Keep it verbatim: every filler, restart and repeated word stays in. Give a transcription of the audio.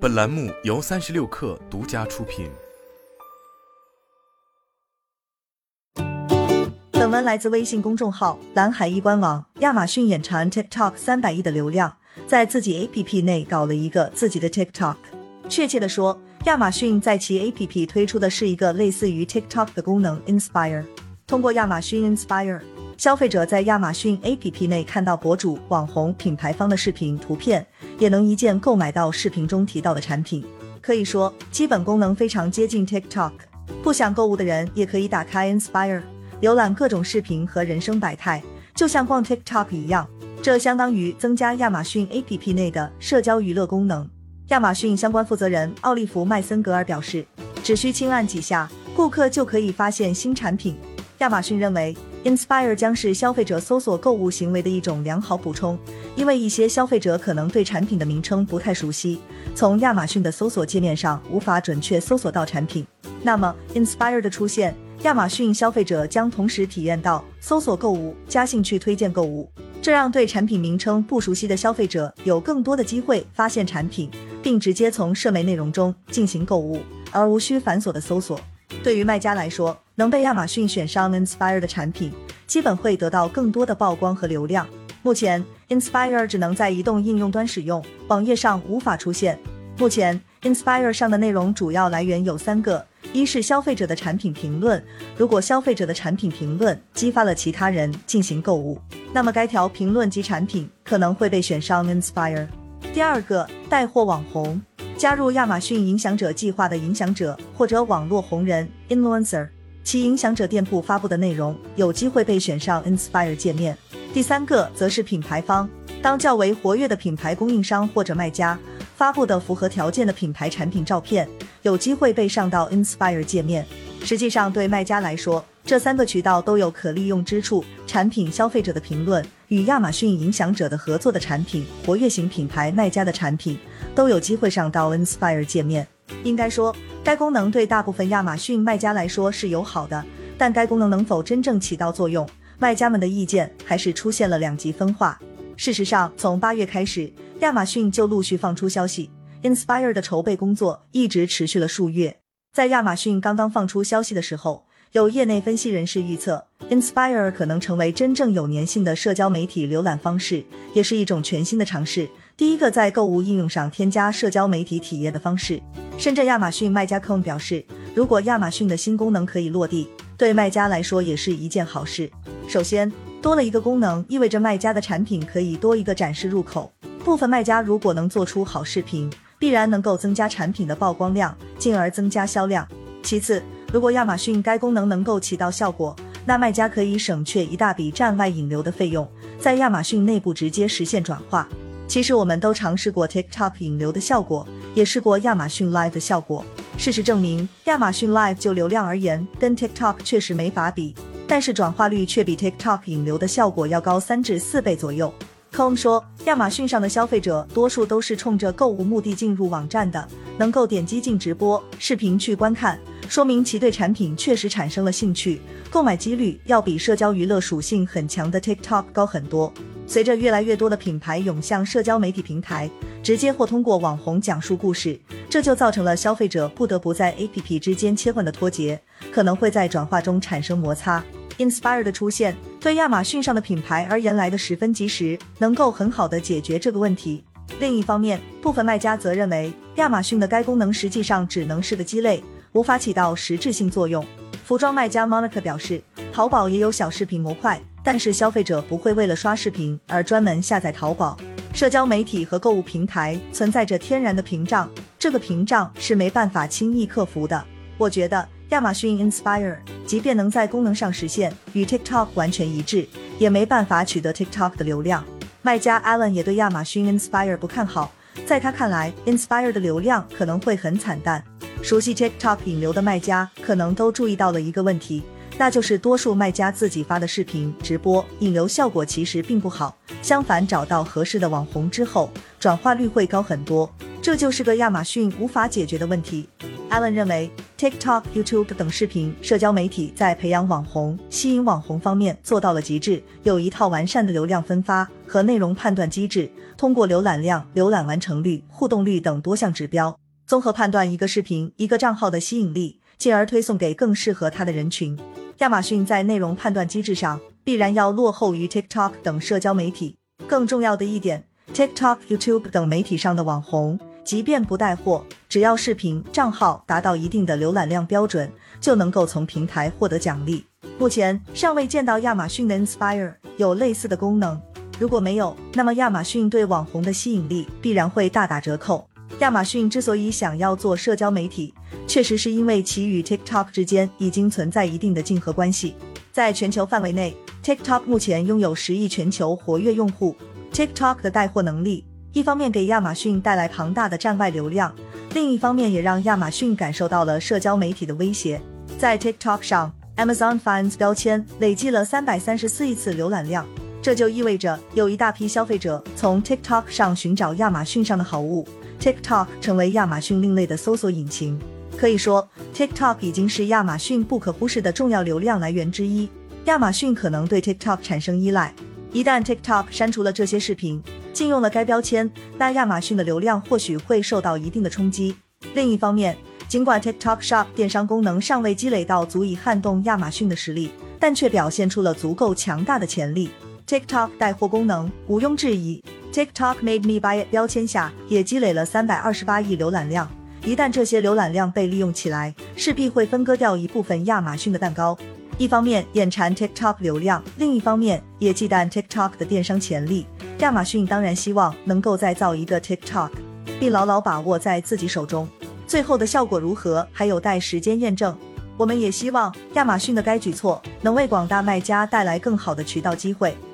本栏目由三十六氪独家出品。 本文来自微信公众号蓝海一官网。亚马逊眼馋 TikTok 三百亿的流量，在自己 A P P 内搞了一个自己的 TikTok。确切地说，亚马逊在其 A P P 推出的是一个类似于 TikTok 的功能 Inspire。通过亚马逊 Inspire， 消费者在亚马逊 A P P 内看到博主、网红、品牌方的视频、图片，也能一键购买到视频中提到的产品。可以说，基本功能非常接近 TikTok。不想购物的人也可以打开 Inspire，浏览各种视频和人生百态，就像逛 TikTok 一样。这相当于增加亚马逊 A P P 内的社交娱乐功能。亚马逊相关负责人奥利弗·麦森格尔表示，只需轻按几下，顾客就可以发现新产品。亚马逊认为 Inspire 将是消费者搜索购物行为的一种良好补充，因为一些消费者可能对产品的名称不太熟悉，从亚马逊的搜索界面上无法准确搜索到产品。那么 Inspire 的出现，亚马逊消费者将同时体验到搜索购物加兴趣推荐购物，这让对产品名称不熟悉的消费者有更多的机会发现产品，并直接从社媒内容中进行购物，而无需繁琐的搜索。对于卖家来说，能被亚马逊选上 Inspire 的产品基本会得到更多的曝光和流量。目前 Inspire 只能在移动应用端使用，网页上无法出现。目前 Inspire 上的内容主要来源有三个，一是消费者的产品评论，如果消费者的产品评论激发了其他人进行购物，那么该条评论及产品可能会被选上 Inspire。 第二个，带货网红，加入亚马逊影响者计划的影响者或者网络红人 Influencer， 其影响者店铺发布的内容有机会被选上 Inspire 界面。第三个则是品牌方，当较为活跃的品牌供应商或者卖家发布的符合条件的品牌产品照片，有机会被上到 Inspire 界面。实际上对卖家来说，这三个渠道都有可利用之处，产品消费者的评论与亚马逊影响者的合作的产品，活跃型品牌卖家的产品都有机会上到 Inspire 界面。应该说，该功能对大部分亚马逊卖家来说是友好的，但该功能能否真正起到作用，卖家们的意见还是出现了两极分化。事实上，从八月开始，亚马逊就陆续放出消息， Inspire 的筹备工作一直持续了数月。在亚马逊刚刚放出消息的时候，有业内分析人士预测 Inspire 可能成为真正有粘性的社交媒体浏览方式，也是一种全新的尝试，第一个在购物应用上添加社交媒体体验的方式。深圳亚马逊卖家 Con 表示，如果亚马逊的新功能可以落地，对卖家来说也是一件好事。首先，多了一个功能意味着卖家的产品可以多一个展示入口，部分卖家如果能做出好视频，必然能够增加产品的曝光量，进而增加销量。其次，如果亚马逊该功能能够起到效果，那卖家可以省却一大笔站外引流的费用，在亚马逊内部直接实现转化。其实我们都尝试过 TikTok 引流的效果，也试过亚马逊 Live 的效果。事实证明，亚马逊 Live 就流量而言，跟 TikTok 确实没法比，但是转化率却比 TikTok 引流的效果要高三至四倍左右。Com 说，亚马逊上的消费者多数都是冲着购物目的进入网站的，能够点击进直播视频去观看，说明其对产品确实产生了兴趣，购买几率要比社交娱乐属性很强的 TikTok 高很多。随着越来越多的品牌涌向社交媒体平台，直接或通过网红讲述故事，这就造成了消费者不得不在 A P P 之间切换的脱节，可能会在转化中产生摩擦。Inspire 的出现对亚马逊上的品牌而言来得十分及时，能够很好地解决这个问题。另一方面，部分卖家则认为亚马逊的该功能实际上只能是个鸡肋，无法起到实质性作用。服装卖家 Monica 表示，淘宝也有小视频模块，但是消费者不会为了刷视频而专门下载淘宝。社交媒体和购物平台存在着天然的屏障，这个屏障是没办法轻易克服的。我觉得亚马逊 Inspire 即便能在功能上实现与 TikTok 完全一致，也没办法取得 TikTok 的流量。卖家 Alan 也对亚马逊 Inspire 不看好，在他看来 Inspire 的流量可能会很惨淡。熟悉 TikTok 引流的卖家可能都注意到了一个问题，那就是多数卖家自己发的视频直播引流效果其实并不好，相反找到合适的网红之后，转化率会高很多，这就是个亚马逊无法解决的问题。Alan 认为 TikTok、YouTube 等视频社交媒体在培养网红、吸引网红方面做到了极致，有一套完善的流量分发和内容判断机制，通过浏览量、浏览完成率、互动率等多项指标，综合判断一个视频、一个账号的吸引力，进而推送给更适合它的人群。亚马逊在内容判断机制上必然要落后于 TikTok 等社交媒体。更重要的一点， TikTok、YouTube 等媒体上的网红即便不带货，只要视频账号达到一定的浏览量标准，就能够从平台获得奖励。目前尚未见到亚马逊的 Inspire 有类似的功能，如果没有，那么亚马逊对网红的吸引力必然会大打折扣。亚马逊之所以想要做社交媒体，确实是因为其与 TikTok 之间已经存在一定的竞合关系。在全球范围内， TikTok 目前拥有十亿全球活跃用户。 TikTok 的带货能力一方面给亚马逊带来庞大的站外流量，另一方面也让亚马逊感受到了社交媒体的威胁。在 TikTok 上， Amazon Finds 标签累计了三百三十四亿次浏览量，这就意味着有一大批消费者从 TikTok 上寻找亚马逊上的好物， TikTok 成为亚马逊另类的搜索引擎。可以说 TikTok 已经是亚马逊不可忽视的重要流量来源之一，亚马逊可能对 TikTok 产生依赖。一旦 TikTok 删除了这些视频，禁用了该标签，那亚马逊的流量或许会受到一定的冲击。另一方面，尽管 TikTok Shop 电商功能尚未积累到足以撼动亚马逊的实力，但却表现出了足够强大的潜力。 TikTok 带货功能毋庸置疑， TikTok Made Me Buy It 标签下也积累了三百二十八亿浏览量，一旦这些浏览量被利用起来，势必会分割掉一部分亚马逊的蛋糕。一方面眼馋 TikTok 流量，另一方面也忌惮 TikTok 的电商潜力。亚马逊当然希望能够再造一个 TikTok， 并牢牢把握在自己手中。最后的效果如何，还有待时间验证。我们也希望亚马逊的该举措能为广大卖家带来更好的渠道机会。